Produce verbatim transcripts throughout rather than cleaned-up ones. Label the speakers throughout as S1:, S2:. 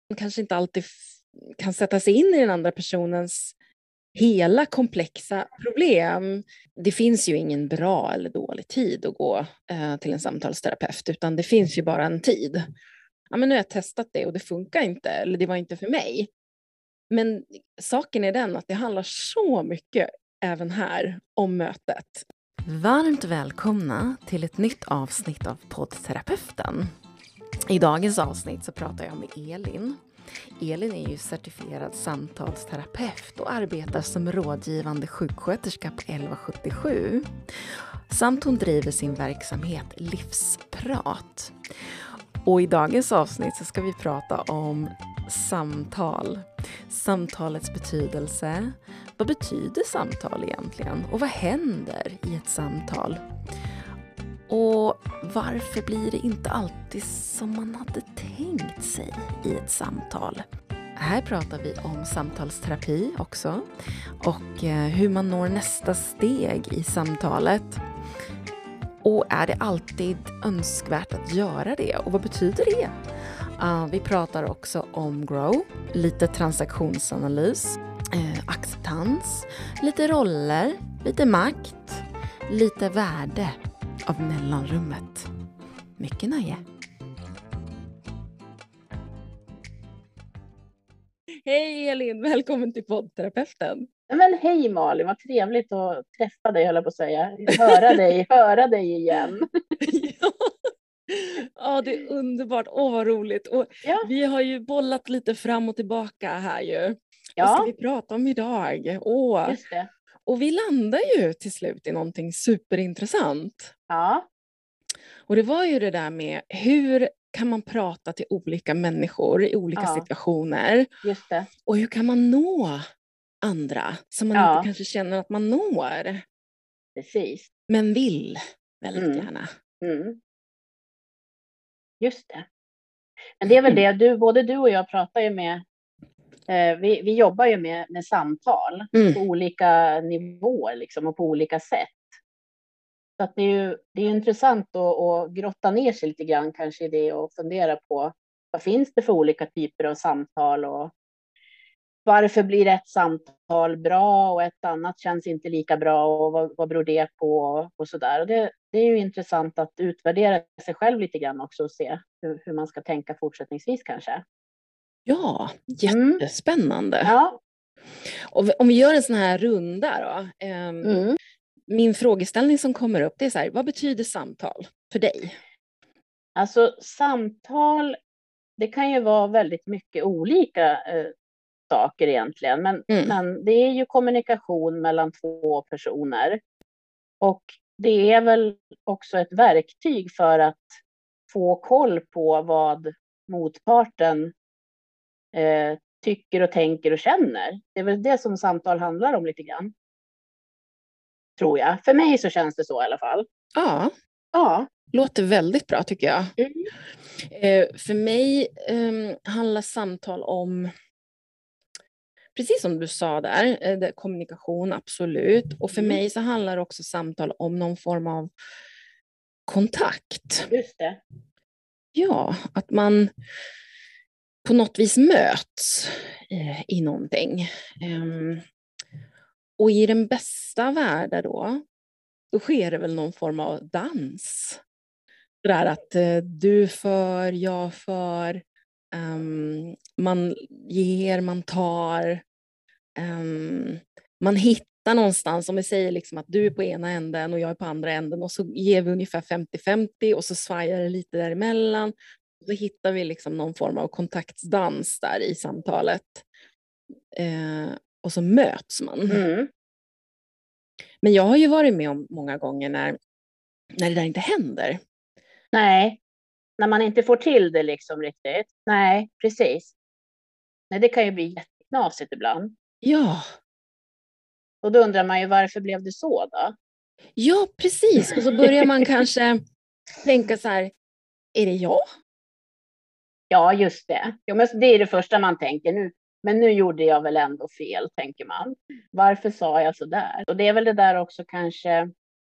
S1: man kanske inte alltid f- kan sätta sig in i den andra personens hela komplexa problem. Det finns ju ingen bra eller dålig tid att gå eh, till en samtalsterapeut, utan det finns ju bara en tid. Ja, men nu har jag testat det och det funkar inte, eller det var inte för mig. Men saken är den att det handlar så mycket även här om mötet. Varmt välkomna till ett nytt avsnitt av poddterapeuten. I dagens avsnitt så pratar jag med Elin. Elin är ju certifierad samtalsterapeut och arbetar som rådgivande sjuksköterska på elva sjuttiosju. Samt hon driver sin verksamhet Livsprat. Och i dagens avsnitt så ska vi prata om samtal. Samtalets betydelse. Vad betyder samtal egentligen? Och vad händer i ett samtal? Och varför blir det inte alltid som man hade tänkt sig i ett samtal? Här pratar vi om samtalsterapi också. Och hur man når nästa steg i samtalet. Och är det alltid önskvärt att göra det? Och vad betyder det? Uh, vi pratar också om grow, lite transaktionsanalys, eh, acceptans, lite roller, lite makt, lite värde av mellanrummet. Mycket nöje. Hej Elin, välkommen till poddterapeuten.
S2: Men hej Malin, vad trevligt att träffa dig, höll jag på att säga. Höra dig, höra dig igen.
S1: Ja. Ja, det är underbart. Åh, vad roligt. Och
S2: Ja.
S1: Vi har ju bollat lite fram och tillbaka här ju.
S2: Ja.
S1: Vad ska vi prata om idag? Åh.
S2: Just det.
S1: Och vi landar ju till slut i någonting superintressant.
S2: Ja.
S1: Och det var ju det där med hur kan man prata till olika människor i olika
S2: Ja.
S1: situationer?
S2: Just det.
S1: Och hur kan man nå andra som man
S2: Ja.
S1: inte kanske känner att man når?
S2: Precis.
S1: Men vill väldigt
S2: Mm.
S1: gärna.
S2: Mm. Just det. Men det är väl det, du, både du och jag pratar ju med, eh, vi, vi jobbar ju med, med samtal
S1: Mm.
S2: på olika nivåer liksom, och på olika sätt. Så att det är ju det är intressant att, att grotta ner sig lite grann kanske i det och fundera på vad finns det för olika typer av samtal och varför blir ett samtal bra och ett annat känns inte lika bra och vad, vad beror det på och sådär. Och det, det är ju intressant att utvärdera sig själv lite grann också och se hur, hur man ska tänka fortsättningsvis kanske.
S1: Ja, jättespännande.
S2: Mm. Ja.
S1: Och om vi gör en sån här runda då. Eh,
S2: Mm.
S1: Min frågeställning som kommer upp det är så här, vad betyder samtal för dig?
S2: Alltså samtal, det kan ju vara väldigt mycket olika eh, saker egentligen. Men,
S1: Mm.
S2: men det är ju kommunikation mellan två personer. Och det är väl också ett verktyg för att få koll på vad motparten eh, tycker och tänker och känner. Det är väl det som samtal handlar om lite grann. Tror jag. För mig så känns det så i alla fall.
S1: Ja,
S2: Ja.
S1: låter väldigt bra tycker jag.
S2: Mm.
S1: Eh, för mig eh, handlar samtal om, precis som du sa där, eh, det, kommunikation absolut. Och för
S2: Mm.
S1: mig så handlar också samtal om någon form av kontakt.
S2: Just det.
S1: Ja, att man på något vis möts eh, i någonting. Um, och i den bästa världen då, då sker det väl någon form av dans. Det där att eh, du för, jag för, um, man ger, man tar, um, man hittar någonstans, om vi säger liksom att du är på ena änden och jag är på andra änden och så ger vi ungefär femtio femtio och så svajar det lite däremellan. Så hittar vi liksom någon form av kontaktdans där i samtalet. Eh, och så möts man.
S2: Mm.
S1: Men jag har ju varit med om många gånger när, när det där inte händer.
S2: Nej, när man inte får till det liksom riktigt. Nej, precis. Nej, det kan ju bli jätteknasigt ibland.
S1: Ja.
S2: Och då undrar man ju varför blev det så då?
S1: Ja, precis. Och så börjar man kanske tänka så här, är det jag?
S2: Ja, just det. Jo, men det är det första man tänker nu. Men nu gjorde jag väl ändå fel, tänker man. Varför sa jag så där? Och det är väl det där också kanske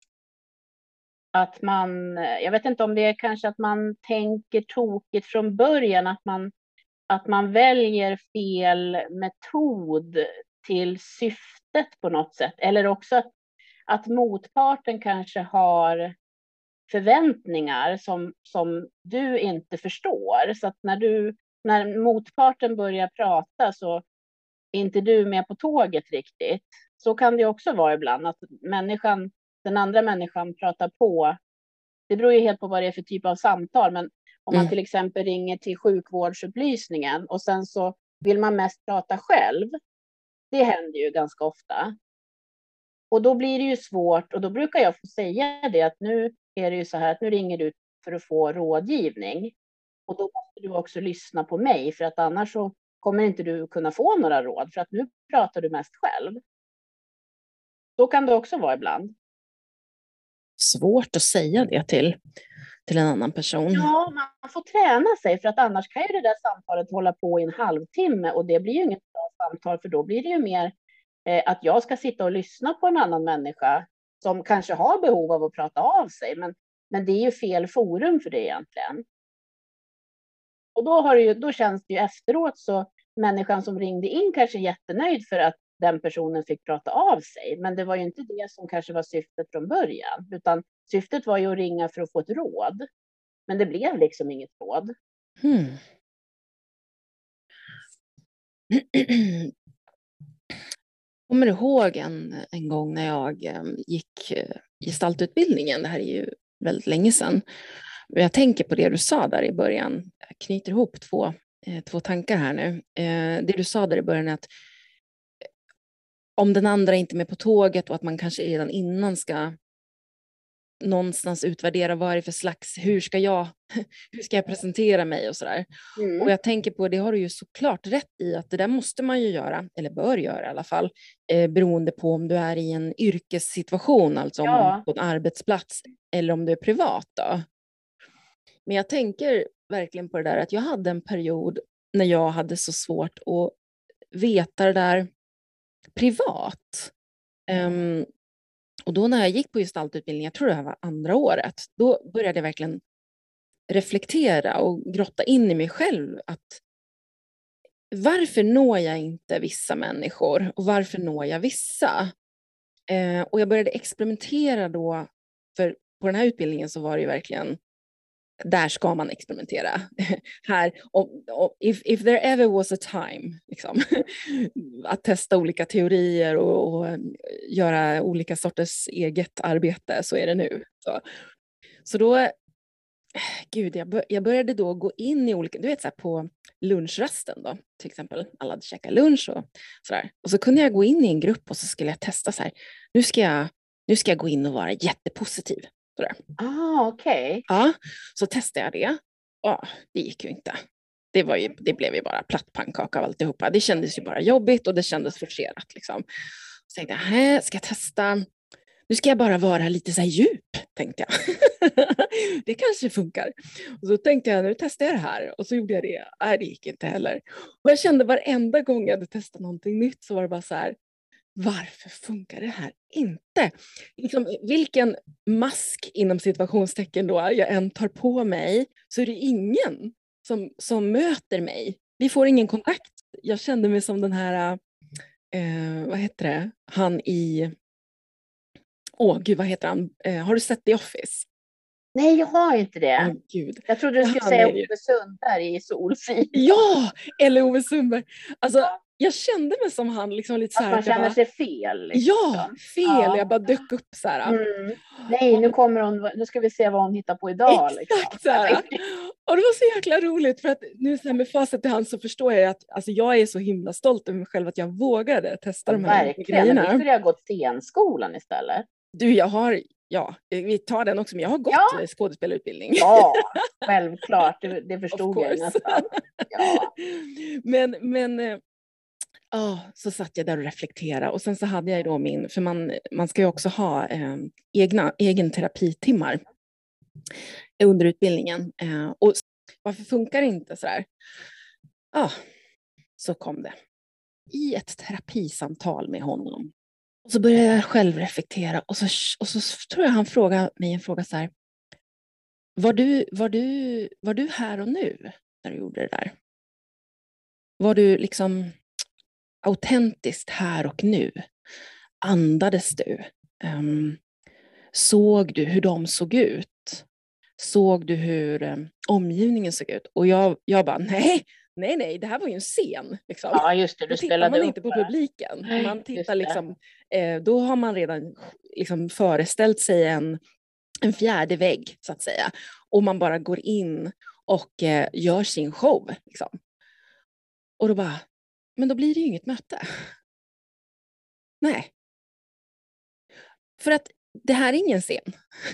S2: att man, jag vet inte om det är kanske att man tänker tokigt från början, att man att man väljer fel metod till syftet på något sätt. Eller också att, att motparten kanske har förväntningar som, som du inte förstår. Så att när, du, när motparten börjar prata så är inte du med på tåget riktigt. Så kan det också vara ibland, att människan, den andra människan pratar på. Det beror ju helt på vad det är för typ av samtal, men om man
S1: Mm.
S2: till exempel ringer till sjukvårdsupplysningen och sen så vill man mest prata själv. Det händer ju ganska ofta. Och då blir det ju svårt, och då brukar jag få säga det, att nu är det ju så här att nu ringer du för att få rådgivning. Och då måste du också lyssna på mig, för att annars så kommer inte du kunna få några råd, för att nu pratar du mest själv. Så kan det också vara ibland.
S1: Svårt att säga det till, till en annan person.
S2: Ja, man får träna sig, för att annars kan ju det där samtalet hålla på i en halvtimme, och det blir ju inget bra samtal, för då blir det ju mer eh, att jag ska sitta och lyssna på en annan människa som kanske har behov av att prata av sig, men, men det är ju fel forum för det egentligen. Och då, har det ju, då känns det ju efteråt så, människan som ringde in kanske är jättenöjd för att den personen fick prata av sig, men det var ju inte det som kanske var syftet från början, utan syftet var ju att ringa för att få ett råd. Men det blev liksom inget råd.
S1: Hmm. Kommer du ihåg en, en gång när jag eh, gick eh, gestaltutbildningen? Det här är ju väldigt länge sedan. Jag tänker på det du sa där i början. Jag knyter ihop två, eh, två tankar här nu. Eh, det du sa där i början är att om den andra inte är med på tåget och att man kanske redan innan ska någonstans utvärdera vad är det för slags, hur ska jag, hur ska jag presentera mig och sådär.
S2: Mm.
S1: Och jag tänker på, det har du ju såklart rätt i, att det där måste man ju göra, eller bör göra i alla fall, eh, beroende på om du är i en yrkessituation, alltså om
S2: Ja.
S1: du är på en arbetsplats, eller om du är privat då. Men jag tänker verkligen på det där att jag hade en period när jag hade så svårt att veta det där privat. Um, och då när jag gick på gestaltutbildning, jag tror det här var andra året, då började jag verkligen reflektera och grotta in i mig själv, att varför når jag inte vissa människor och varför når jag vissa? Eh, och jag började experimentera då, för på den här utbildningen så var det ju verkligen, där ska man experimentera. Här, och, och if, if there ever was a time, liksom, att testa olika teorier och, och göra olika sorters eget arbete, så är det nu. Så, så då, gud, jag, bör, jag började då gå in i olika, du vet så här, på lunchrasten då, till exempel, alla hade käkat lunch och sådär. Och så kunde jag gå in i en grupp och så skulle jag testa så här, nu ska jag, nu ska jag gå in och vara jättepositiv. Sådär.
S2: Ah, okej. Okay.
S1: Ja, så testade jag det. Ja, det gick ju inte. Det, var ju, det blev ju bara platt pannkaka av alltihopa. Det kändes ju bara jobbigt och det kändes forcerat. Liksom. Så tänkte jag, här ska jag testa. Nu ska jag bara vara lite så här djup, tänkte jag. Det kanske funkar. Och så tänkte jag, nu testar jag det här. Och så gjorde jag det. Nej, det gick inte heller. Och jag kände varenda gång jag hade testat någonting nytt så var det bara så här, varför funkar det här inte? Liksom, vilken mask inom situationstecken då jag än tar på mig, så är det ingen som, som möter mig. Vi får ingen kontakt. Jag kände mig som den här, eh, vad heter det, han i, åh gud vad heter han, eh, har du sett The Office?
S2: Nej, jag har inte det.
S1: Oh, Gud.
S2: Jag trodde du skulle
S1: han
S2: säga
S1: är...
S2: Ove Sundberg i Solsidan.
S1: Ja, eller Ove Sundberg. Alltså, ja. Jag kände mig som han, liksom lite så här.
S2: Att man känner
S1: bara,
S2: sig fel. Liksom.
S1: Ja, fel. Ja. Jag bara dök upp så här.
S2: Mm. Nej, nu kommer hon, nu ska vi se vad hon hittar på idag.
S1: Exakt
S2: liksom.
S1: så här. Och det var så jäkla roligt, för att nu så här med facit i hand så förstår jag att alltså, jag är så himla stolt över mig själv att jag vågade testa ja, de här
S2: verkligen.
S1: grejerna.
S2: Vi skulle ha gått scenskolan istället.
S1: Du, jag har, ja, vi tar den också, men jag har gått ja. skådespelarutbildning.
S2: Ja, självklart, det, det förstod jag nästan. Ja.
S1: Men, men ja, så satt jag där och reflekterade, och sen så hade jag då min, för man, man ska ju också ha eh, egna, egen terapitimmar under utbildningen. Eh, och varför funkar det inte så där? Ja, så kom det. I ett terapisamtal med honom. Och så började jag själv reflektera, och så, och så tror jag han frågade mig en fråga så här. Var du, var, du, var du här och nu när du gjorde det där? Var du liksom autentiskt här och nu? Andades du? Um, såg du hur de såg ut? Såg du hur um, omgivningen såg ut? Och jag, jag bara, nej, nej, nej, det här var ju en scen. Liksom.
S2: Ja, just det,
S1: Då
S2: du
S1: tittar
S2: spelade
S1: man
S2: upp
S1: inte på
S2: bara.
S1: publiken. Man
S2: Just
S1: tittar
S2: det.
S1: liksom, eh, då har man redan liksom föreställt sig en, en fjärde vägg, så att säga. Och man bara går in och eh, gör sin show. Liksom. Och då bara, men då blir det ju inget möte. Nej. För att det här är ingen scen.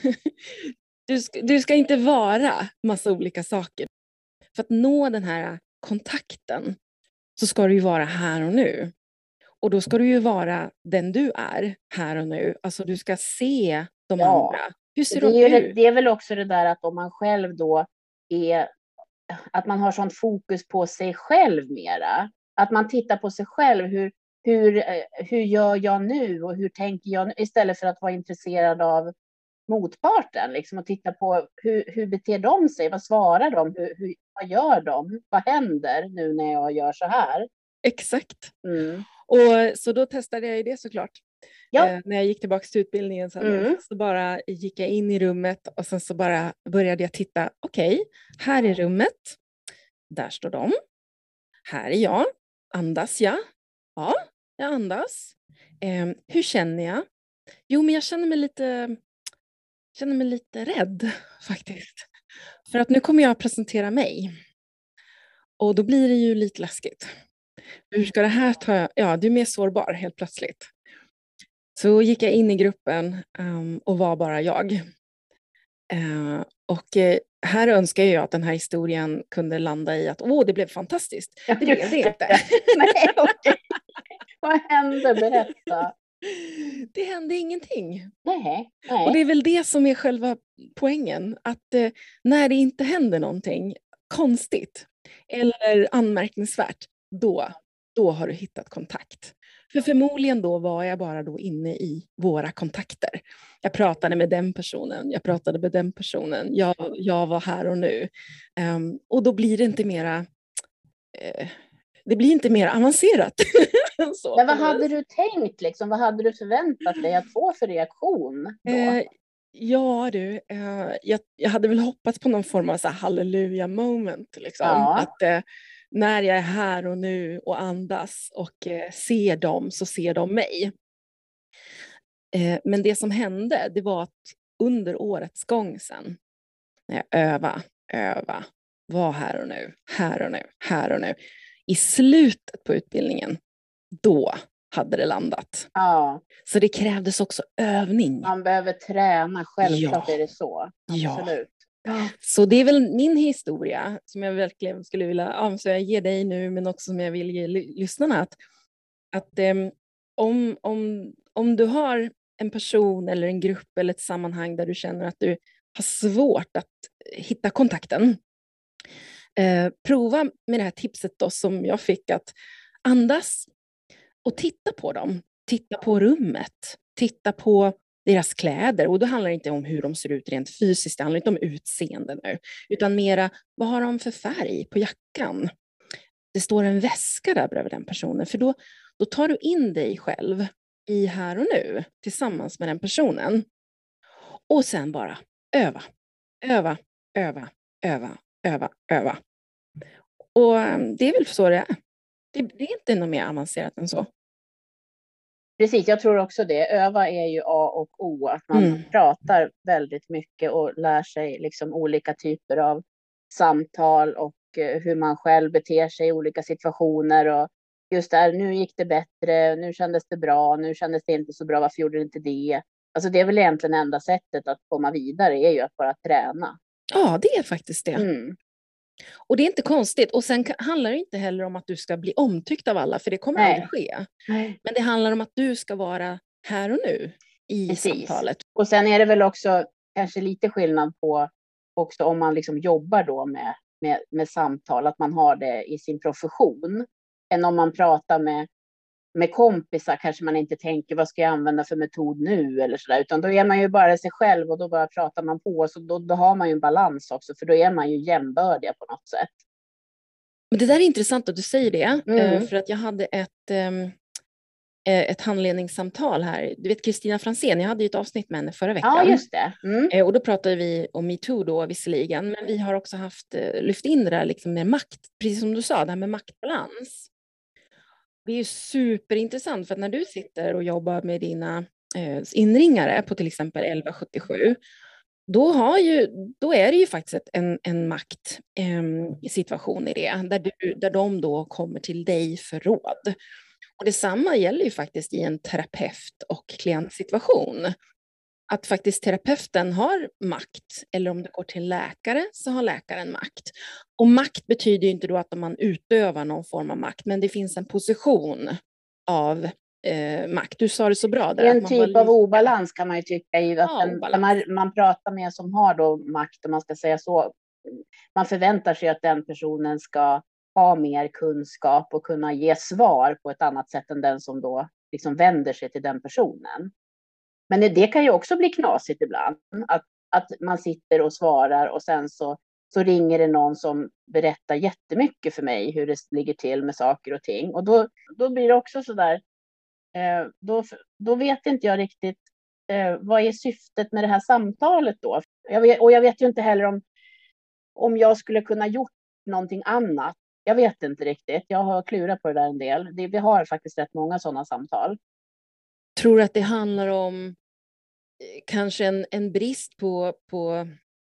S1: Du ska, du ska inte vara massa olika saker. För att nå den här kontakten så ska du ju vara här och nu. Och då ska du ju vara den du är här och nu. Alltså du ska se de
S2: Ja.
S1: andra. Hur ser
S2: det är,
S1: de
S2: ju,
S1: ut?
S2: det är väl också det där att om man själv då är, att man har sånt fokus på sig själv mera. Att man tittar på sig själv, hur, hur, eh, hur gör jag nu och hur tänker jag nu? Istället för att vara intresserad av motparten, liksom, och titta på hur, hur beter de sig, vad svarar de, hur, hur, vad gör de, vad händer nu när jag gör så här?
S1: Exakt.
S2: Mm.
S1: Och så då testade jag ju det såklart.
S2: Ja.
S1: Eh, när jag gick tillbaka till utbildningen sen
S2: Mm.
S1: så bara gick jag in i rummet och sen så bara började jag titta. Okej, okay, här är rummet. Där står de. Här är jag. Andas jag? Ja, jag andas. Eh, hur känner jag? Jo, men jag känner mig lite, känner mig lite rädd faktiskt. För att nu kommer jag att presentera mig. Och då blir det ju lite läskigt. Hur ska det här ta? Ja, du är mer sårbar helt plötsligt. Så gick jag in i gruppen um, och var bara jag. Uh, och uh, här önskar jag att den här historien kunde landa i att åh, det blev fantastiskt. Det blev det inte.
S2: Nej, okay. Vad hände? Berätta.
S1: Det hände ingenting.
S2: Nej, nej.
S1: Och det är väl det som är själva poängen. Att uh, när det inte händer någonting konstigt eller anmärkningsvärt, då, då har du hittat kontakt. För förmodligen då var jag bara då inne i våra kontakter. Jag pratade med den personen, jag pratade med den personen, jag, jag var här och nu. Um, och då blir det inte mera, uh, det blir inte mer avancerat. Så,
S2: men vad hade du tänkt liksom? Vad hade du förväntat dig att få för reaktion då? Uh,
S1: ja du, uh, jag, jag hade väl hoppats på någon form av så här halleluja moment. Liksom.
S2: Ja.
S1: Att, uh, när jag är här och nu och andas och eh, ser dem så ser de mig. Eh, men det som hände, det var att under årets gång sen, när jag öva, öva, var här och nu, här och nu, här och nu. I slutet på utbildningen, då hade det landat.
S2: Ja.
S1: Så det krävdes också övning.
S2: Man behöver träna, självklart ja. Är det så. Absolut.
S1: Ja. Så det är väl min historia som jag verkligen skulle vilja ja, så jag ger dig nu, men också som jag vill ge lyssnarna. Att, att um, om, om, om du har en person eller en grupp eller ett sammanhang där du känner att du har svårt att hitta kontakten. Eh, prova med det här tipset då som jag fick, att andas och titta på dem. Titta på rummet. Titta på deras kläder. Och då handlar det inte om hur de ser ut rent fysiskt. Det handlar inte om utseende nu. Utan mera, vad har de för färg på jackan? Det står en väska där bredvid den personen. För då, då tar du in dig själv i här och nu. Tillsammans med den personen. Och sen bara öva. Öva, öva, öva, öva, öva. Och det är väl så det är. Det, det är inte något mer avancerat än så.
S2: Precis, jag tror också det. Öva är ju A och O. Att man mm. pratar väldigt mycket och lär sig liksom olika typer av samtal och hur man själv beter sig i olika situationer. Och just där, nu gick det bättre, nu kändes det bra, nu kändes det inte så bra, varför gjorde det inte det? Alltså det är väl egentligen enda sättet att komma vidare, är ju att bara träna.
S1: Ja, det är faktiskt det.
S2: Mm.
S1: Och det är inte konstigt. Och sen handlar det inte heller om att du ska bli omtyckt av alla, för det kommer Nej. aldrig ske. Nej. Men det handlar om att du ska vara här och nu i Precis. samtalet.
S2: Och sen är det väl också kanske lite skillnad på också om man liksom jobbar då med, med, med samtal, att man har det i sin profession, än om man pratar med, med kompisar, kanske man inte tänker vad ska jag använda för metod nu eller sådär, utan då är man ju bara sig själv och då bara pratar man på, så då, då har man ju en balans också, för då är man ju jämbördiga på något sätt.
S1: Men det där är intressant att du säger det,
S2: Mm.
S1: för att jag hade ett, ett handledningssamtal här. Du vet Kristina Fransén, jag hade ju ett avsnitt med henne förra veckan.
S2: Ja, just det. Mm.
S1: Och då pratade vi om MeToo då visserligen, men vi har också haft, lyft in det där liksom med makt, precis som du sa, det här med maktbalans. Det är ju superintressant, för att när du sitter och jobbar med dina eh, inringare på till exempel elva sjuttiosju, då, har ju, då är det ju faktiskt ett, en, en maktsituation eh, i det, där, du, där de då kommer till dig för råd. Och detsamma gäller ju faktiskt i en terapeut- och klientsituation. Att faktiskt terapeuten har makt, eller om det går till läkare så har läkaren makt. Och makt betyder ju inte då att man utövar någon form av makt, men det finns en position av eh, makt. Du sa det så bra där.
S2: Det är en
S1: att man
S2: typ av obalans kan man ju tycka i. Att
S1: ja,
S2: den, man, man pratar med som har då makt, om man ska säga så. Man förväntar sig att den personen ska ha mer kunskap och kunna ge svar på ett annat sätt än den som då liksom vänder sig till den personen. Men det kan ju också bli knasigt ibland. Att, att man sitter och svarar och sen så, så ringer det någon som berättar jättemycket för mig hur det ligger till med saker och ting. Och då, då blir det också så där. Eh, då, då vet inte jag riktigt eh, vad är syftet med det här samtalet då. Jag vet, och jag vet ju inte heller om, om jag skulle kunna gjort någonting annat. Jag vet inte riktigt. Jag har klurat på det där en del. Det, vi har faktiskt rätt många sådana samtal.
S1: Tror du att det handlar om kanske en, en brist på, på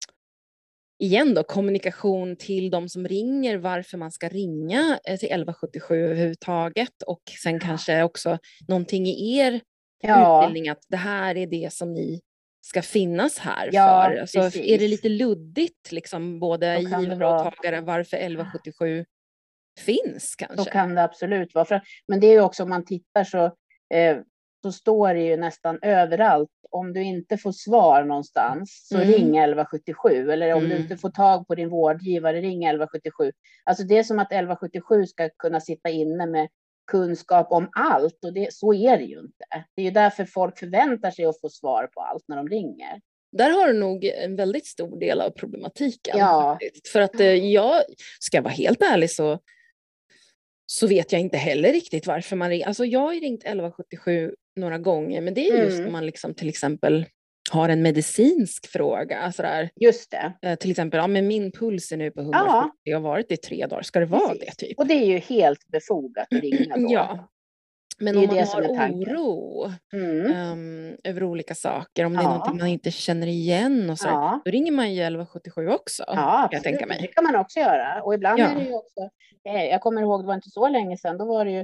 S1: igen då, kommunikation till de som ringer, varför man ska ringa till elva sjuttiosju överhuvudtaget, och sen ja. kanske också någonting i er ja. utbildning att det här är det som ni ska finnas här ja, för. Alltså, är det lite luddigt liksom, både givare och tagare, varför elva sjuttiosju finns kanske?
S2: Så kan det absolut vara. För, men det är ju också, om man tittar så eh, så står det ju nästan överallt. Om du inte får svar någonstans så mm. ring elva sjuttiosju. Eller om mm. du inte får tag på din vårdgivare, ring elva sjuttiosju. Alltså det är som att elva sjuttiosju ska kunna sitta inne med kunskap om allt. Och det, så är det ju inte. Det är ju därför folk förväntar sig att få svar på allt när de ringer.
S1: Där har du nog en väldigt stor del av problematiken.
S2: Ja.
S1: För att eh, jag ska vara helt ärlig så så vet jag inte heller riktigt varför man ringer. Alltså jag har ju ringt elva sjuttiosju några gånger, men det är just mm. när man liksom till exempel har en medicinsk fråga. Sådär.
S2: Just det.
S1: Till exempel, ja men min puls är nu på hundrafyrtio, ja. jag har varit i tre dagar, ska det vara Precis. det typ?
S2: Och det är ju helt befogat att ringa då.
S1: Ja. Men om man har oro mm. um, över olika saker, om ja. det är någonting man inte känner igen och så, ja. då ringer man ju elva sjuttiosju också.
S2: Ja,
S1: jag tänka mig.
S2: Det kan man också göra. Och ibland ja. är det ju också, eh, jag kommer ihåg, det var inte så länge sedan, då var det ju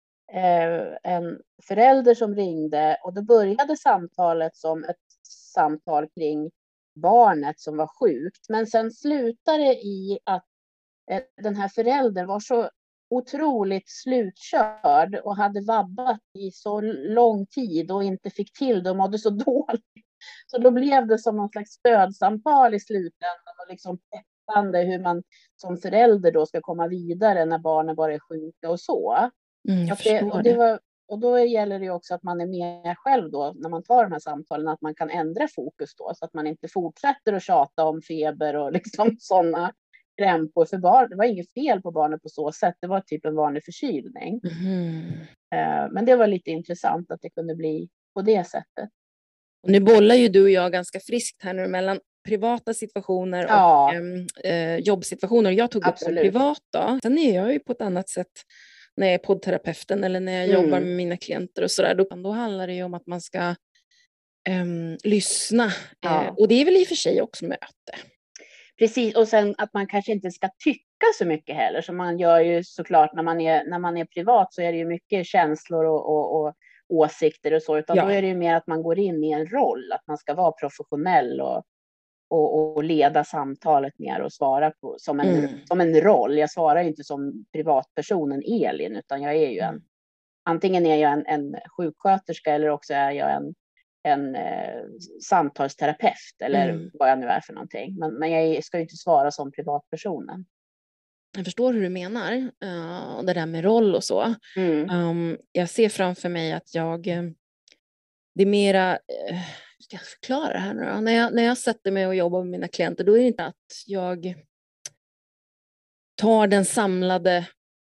S2: eh, en förälder som ringde och då började samtalet som ett samtal kring barnet som var sjukt. Men sen slutade det i att eh, den här föräldern var så otroligt slutkörd och hade vabbat i så lång tid och inte fick till det och mådde så dåligt. Så då blev det som någon slags stödsamtal i slutändan och liksom peppande hur man som förälder då ska komma vidare när barnen bara är sjuka och så.
S1: Mm, jag
S2: det, och, det var, och då gäller det ju också att man är med själv då när man tar de här samtalen, att man kan ändra fokus då så att man inte fortsätter att tjata om feber och liksom sådana krämpor för barn. Det var inget fel på barnet på så sätt. Det var typ en vanlig förkylning.
S1: Mm.
S2: Men det var lite intressant att det kunde bli på det sättet.
S1: Och nu bollar ju du och jag ganska friskt här nu mellan privata situationer och ja. eh, jobbsituationer. Jag tog Absolut. upp en privat då. Sen är jag ju på ett annat sätt när jag är poddterapeuten eller när jag mm. jobbar med mina klienter och sådär. Då, då handlar det ju om att man ska eh, lyssna. Ja. Eh, och det är väl i och för sig också möte.
S2: Precis, och sen att man kanske inte ska tycka så mycket heller. Som man gör ju såklart när man är, när man är privat, så är det ju mycket känslor och, och, och åsikter och så. Utan ja. då är det ju mer att man går in i en roll. Att man ska vara professionell och, och, och leda samtalet mer och svara på, som, en, mm. som en roll. Jag svarar ju inte som privatpersonen Elin, utan jag är ju en, antingen är jag en, en sjuksköterska eller också är jag en en eh, samtalsterapeut eller mm. vad jag nu är för någonting. Men, men jag ska ju inte svara som privatpersonen.
S1: Jag förstår hur du menar. Uh, och det där med roll och så. Mm. Um, jag ser framför mig att jag... Uh, det är mera... Uh, ska jag förklara det här nu då? När jag, när jag sätter mig och jobbar med mina klienter, då är det inte att jag tar den samlade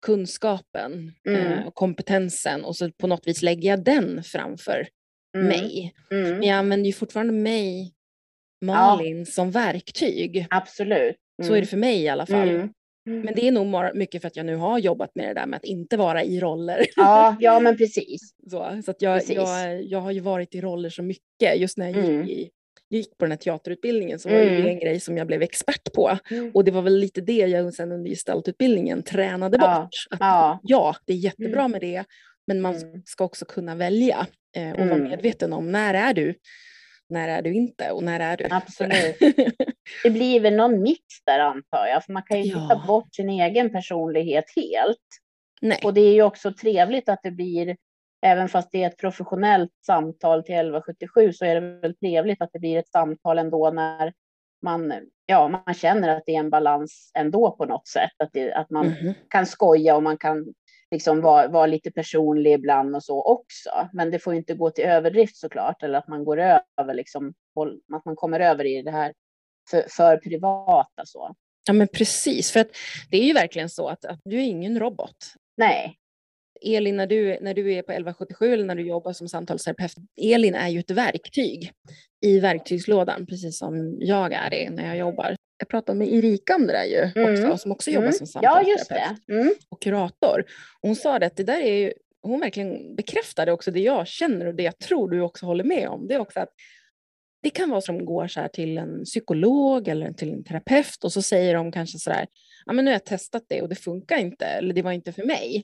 S1: kunskapen
S2: Mm.
S1: eh, och kompetensen och så på något vis lägger jag den framför
S2: Mm.
S1: mig.
S2: Mm.
S1: Men jag använder ju fortfarande mig,
S2: Ja,
S1: Malin, som verktyg.
S2: absolut.
S1: Så är det
S2: Mm.
S1: för mig i alla fall.
S2: Mm. Mm.
S1: Men det är nog mar- mycket för att jag nu har jobbat med det där med att inte vara i roller.
S2: Ja, ja, men precis.
S1: Så, så att jag,
S2: Precis.
S1: jag, jag har ju varit i roller så mycket. Just när jag gick,
S2: Mm.
S1: i, gick på den här teaterutbildningen så var ju det
S2: Mm.
S1: en grej som jag blev expert på.
S2: Mm.
S1: Och det var väl lite det jag sen under gestaltutbildningen tränade
S2: Ja.
S1: bort. Att,
S2: Ja.
S1: ja, det är jättebra med det, men man
S2: Mm.
S1: ska också kunna välja eh, och vara
S2: Mm.
S1: medveten om när är du, när är du inte och när är du.
S2: Absolut. Det blir väl någon mix där, antar jag, för man kan ju inte
S1: Ja.
S2: ta bort sin egen personlighet helt.
S1: Nej.
S2: Och det är ju också trevligt att det blir, även fast det är ett professionellt samtal till elva sjuttiosju, så är det väl trevligt att det blir ett samtal ändå när man, ja, man känner att det är en balans ändå på något sätt. Att, det, att man
S1: Mhm.
S2: kan skoja och man kan liksom vara, vara lite personlig ibland och så också. Men det får ju inte gå till överdrift såklart, eller att man går över, liksom, att man kommer över i det här för, för privata så.
S1: Ja, men precis, för att det är ju verkligen så att, att du är ingen robot.
S2: Nej.
S1: Elin, när du, när du är på elva sjuttiosju eller när du jobbar som samtalsterapeut, Elin är ju ett verktyg i verktygslådan, precis som jag är det när jag jobbar. Jag pratade med Erika om det där ju också,
S2: Mm.
S1: som också jobbar
S2: Mm.
S1: som
S2: Ja,
S1: samtalsterapeut
S2: just det. Mm.
S1: och kurator. Och hon sa det att det där är ju, hon verkligen bekräftade också det jag känner och det jag tror du också håller med om. Det är också att det kan vara som går så här till en psykolog eller till en terapeut och så säger de kanske så där, ja men nu har jag testat det och det funkar inte, eller det var inte för mig.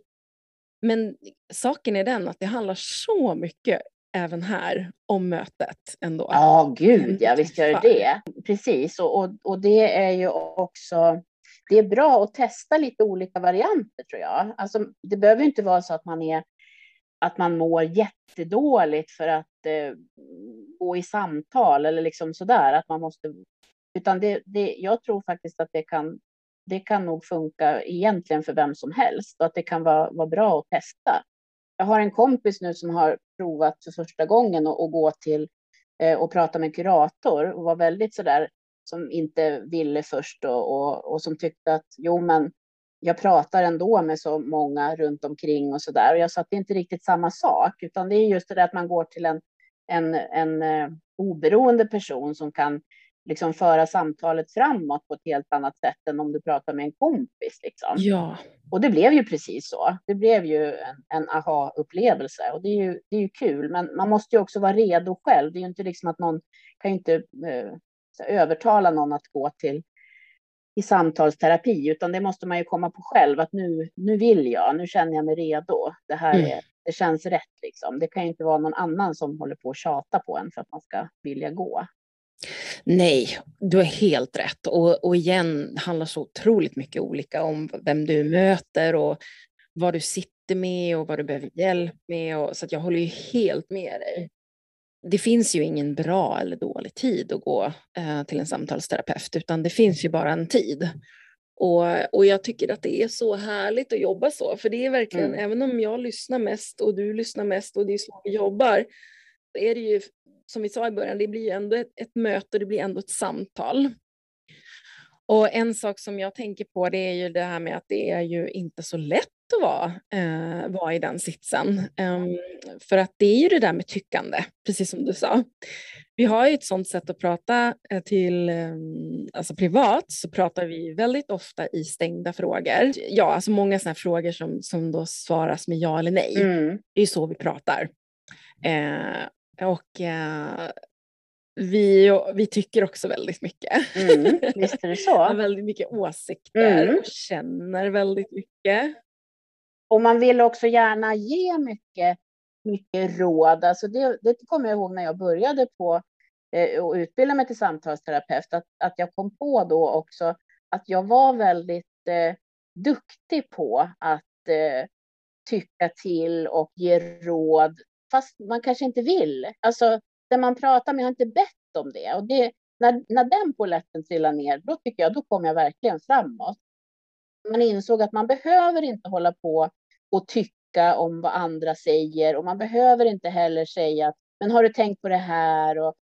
S1: Men saken är den att det handlar så mycket även här om mötet ändå.
S2: Ja, gud, ja, visst gör
S1: träffar.
S2: det. Precis, och, och, och det är ju också, det är bra att testa lite olika varianter tror jag. Alltså, det behöver inte vara så att man är, att man mår jättedåligt för att eh, gå i samtal eller liksom sådär, att man måste, utan det, det, jag tror faktiskt att det kan, det kan nog funka egentligen för vem som helst och att det kan vara, vara bra att testa. Jag har en kompis nu som har provat för första gången att, att gå till eh, och prata med en kurator och var väldigt sådär som inte ville först och, och, och som tyckte att jo men jag pratar ändå med så många runt omkring och sådär. Och jag sa att det är inte riktigt samma sak, utan det är just det där att man går till en, en, en uh, oberoende person som kan liksom föra samtalet framåt på ett helt annat sätt än om du pratar med en kompis. Liksom.
S1: Ja.
S2: Och det blev ju precis så. Det blev ju en, en aha-upplevelse och det är, ju, det är ju kul. Men man måste ju också vara redo själv. Det är ju inte liksom att någon kan ju inte uh, övertala någon att gå till i samtalsterapi, utan det måste man ju komma på själv att nu, nu vill jag, nu känner jag mig redo. Det här är, det känns rätt liksom. Det kan ju inte vara någon annan som håller på att tjata på en för att man ska vilja gå.
S1: Nej, du är helt rätt. Och, och igen, det handlar så otroligt mycket olika om vem du möter och vad du sitter med och vad du behöver hjälp med. Och, så att jag håller ju helt med dig. Det finns ju ingen bra eller dålig tid att gå eh, till en samtalsterapeut, utan det finns ju bara en tid. Och, och jag tycker att det är så härligt att jobba så, för det är verkligen,
S2: Mm.
S1: även om jag lyssnar mest och du lyssnar mest och det är så vi jobbar, så är det ju, som vi sa i början, det blir ju ändå ett, ett möte, det blir ändå ett samtal. Och en sak som jag tänker på, det är ju det här med att det är ju inte så lätt att vara, eh, vara i den sitsen. Um, för att det är ju det där med tyckande, precis som du sa. Vi har ju ett sånt sätt att prata till, um, alltså privat, så pratar vi väldigt ofta i stängda frågor. Ja, alltså många sådana här frågor som, som då svaras med ja eller nej.
S2: Mm.
S1: Det är ju så vi pratar. Eh, och eh, vi, vi tycker också väldigt mycket.
S2: Mm. Visst är det så.
S1: Har väldigt mycket åsikter
S2: Mm.
S1: och känner väldigt mycket.
S2: Och man vill också gärna ge mycket, mycket råd. Alltså det, det kommer jag ihåg när jag började på eh, och utbilda mig till samtalsterapeut. Att, att jag kom på då också att jag var väldigt eh, duktig på att eh, tycka till och ge råd. Fast man kanske inte vill. Alltså när man pratar med, jag har inte bett om det. Och det, när, när den polletten trillar ner, då tycker jag, då kommer jag verkligen framåt. Man insåg att man behöver inte hålla på och tycka om vad andra säger. Och man behöver inte heller säga att, men har du tänkt på det här? Och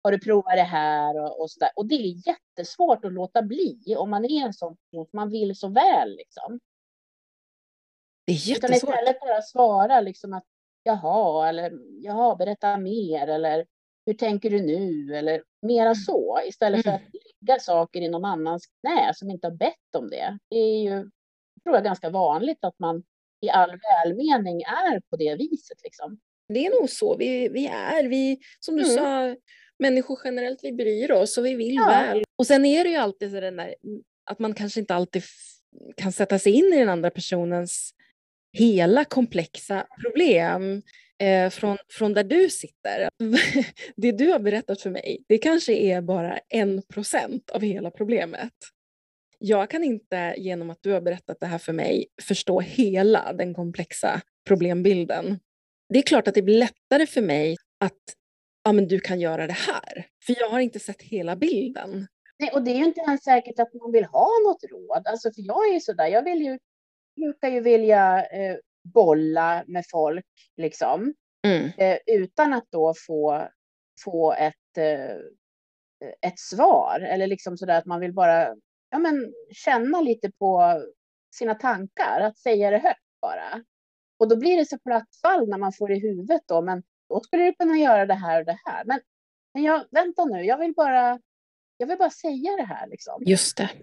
S2: har du provat det här och, och sådär. Och det är jättesvårt att låta bli om man är en sån person, man vill så väl liksom.
S1: Det är
S2: Utan
S1: jättesvårt.
S2: istället bara svara liksom att jaha, eller jaha, berätta mer, eller hur tänker du nu, eller mera så, istället för
S1: Mm.
S2: att lägga saker i någon annans knä som inte har bett om det. Det är ju, tror jag, ganska vanligt att man i all välmening är på det viset liksom.
S1: Det är nog så vi, vi är. Vi, som du
S2: Mm.
S1: sa, människor generellt, vi bryr oss och vi vill
S2: Ja.
S1: väl. Och sen är det ju alltid så den där, att man kanske inte alltid f- kan sätta sig in i den andra personens hela komplexa problem eh, från, från där du sitter. Det du har berättat för mig, det kanske är bara en procent av hela problemet. Jag kan inte, genom att du har berättat det här för mig, förstå hela den komplexa problembilden. Det är klart att det blir lättare för mig att ja, men du kan göra det här. För jag har inte sett hela bilden.
S2: Nej, och det är ju inte ens säkert att man vill ha något råd. Alltså, för jag är ju sådär, jag vill ju, brukar ju vilja eh, bolla med folk liksom.
S1: Mm.
S2: Eh, utan att då få, få ett, eh, ett svar. Eller liksom sådär att man vill bara ja, men, känna lite på sina tankar. Att säga det högt bara. Och då blir det så platt fall när man får i huvudet då. Men då skulle du kunna göra det här och det här. Men, men jag, vänta nu, jag vill bara, jag vill bara säga det här liksom.
S1: Just det.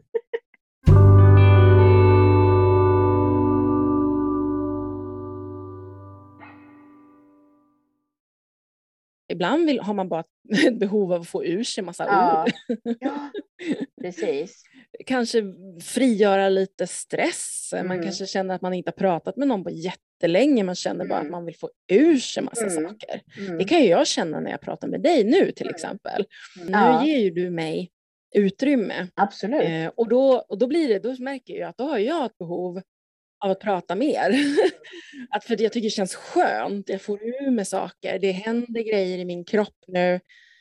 S1: Ibland vill, har man bara ett behov av att få ur sig massa
S2: Ja.
S1: ord.
S2: Ja, precis.
S1: Kanske frigöra lite stress.
S2: Mm.
S1: Man kanske känner att man inte har pratat med någon på jättelänge. Man känner bara
S2: Mm.
S1: att man vill få ur sig massa
S2: Mm.
S1: saker.
S2: Mm.
S1: Det kan ju jag känna när jag pratar med dig nu till exempel.
S2: Mm.
S1: Nu
S2: Ja.
S1: ger ju du mig utrymme.
S2: Absolut.
S1: Eh, och då, och då blir det, då märker jag att då har jag ett behov av att prata mer. Att för jag tycker det känns skönt. Jag får ur med saker. Det händer grejer i min kropp nu.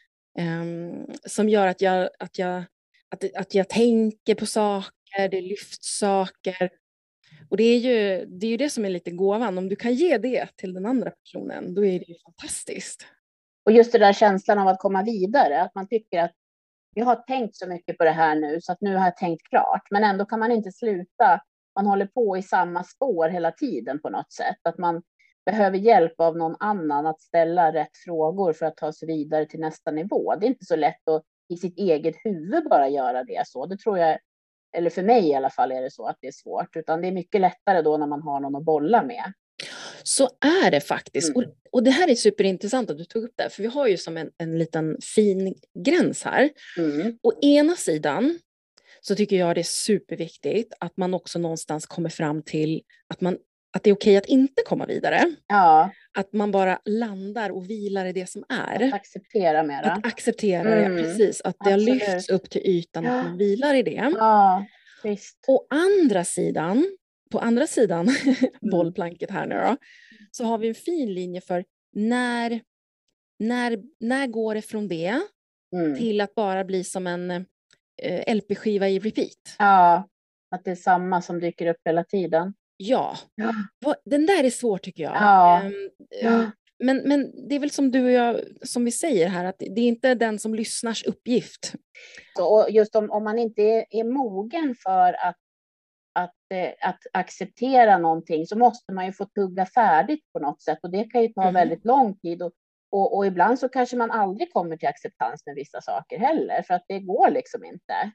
S1: Um, som gör att jag, att, jag, att, att jag tänker på saker. Det lyfts saker. Och det är, ju, det är ju det som är lite gåvan. Om du kan ge det till den andra personen, då är det ju fantastiskt.
S2: Och just det där känslan av att komma vidare. Att man tycker att jag har tänkt så mycket på det här nu så att nu har jag tänkt klart. Men ändå kan man inte sluta. Man håller på i samma spår hela tiden på något sätt. Att man behöver hjälp av någon annan att ställa rätt frågor för att ta sig vidare till nästa nivå. Det är inte så lätt att i sitt eget huvud bara göra det så. Det tror jag, eller för mig i alla fall är det så att det är svårt. Utan det är mycket lättare då när man har någon att bolla med.
S1: Så är det faktiskt. Mm. Och, och det här är superintressant att du tog upp det. För vi har ju som en, en liten fin gräns här.
S2: Mm.
S1: Å ena sidan så tycker jag det är superviktigt att man också någonstans kommer fram till att, man, att det är okej att inte komma vidare.
S2: Ja.
S1: Att man bara landar och vilar i det som är.
S2: Att acceptera mera.
S1: Att acceptera det,
S2: Mm.
S1: precis. Att det har
S2: Absolut.
S1: lyfts upp till ytan, att man vilar i det.
S2: Ja, visst.
S1: Å andra sidan, på andra sidan bollplanket här nu då, så har vi en fin linje för när, när, när går det från det
S2: mm.
S1: till att bara bli som en eh, L P-skiva i repeat.
S2: Ja, att det är samma som dyker upp hela tiden.
S1: Ja,
S2: ja.
S1: Den där är svår tycker jag.
S2: Ja.
S1: Um, ja. Men, men det är väl som du och jag, som vi säger här, att det är inte den som lyssnars uppgift.
S2: Så, och just om, om man inte är, är mogen för att, att, eh, att acceptera någonting så måste man ju få tugga färdigt på något sätt. Och det kan ju ta mm. väldigt lång tid. Och, och, och ibland så kanske man aldrig kommer till acceptans med vissa saker heller. För att det går liksom inte.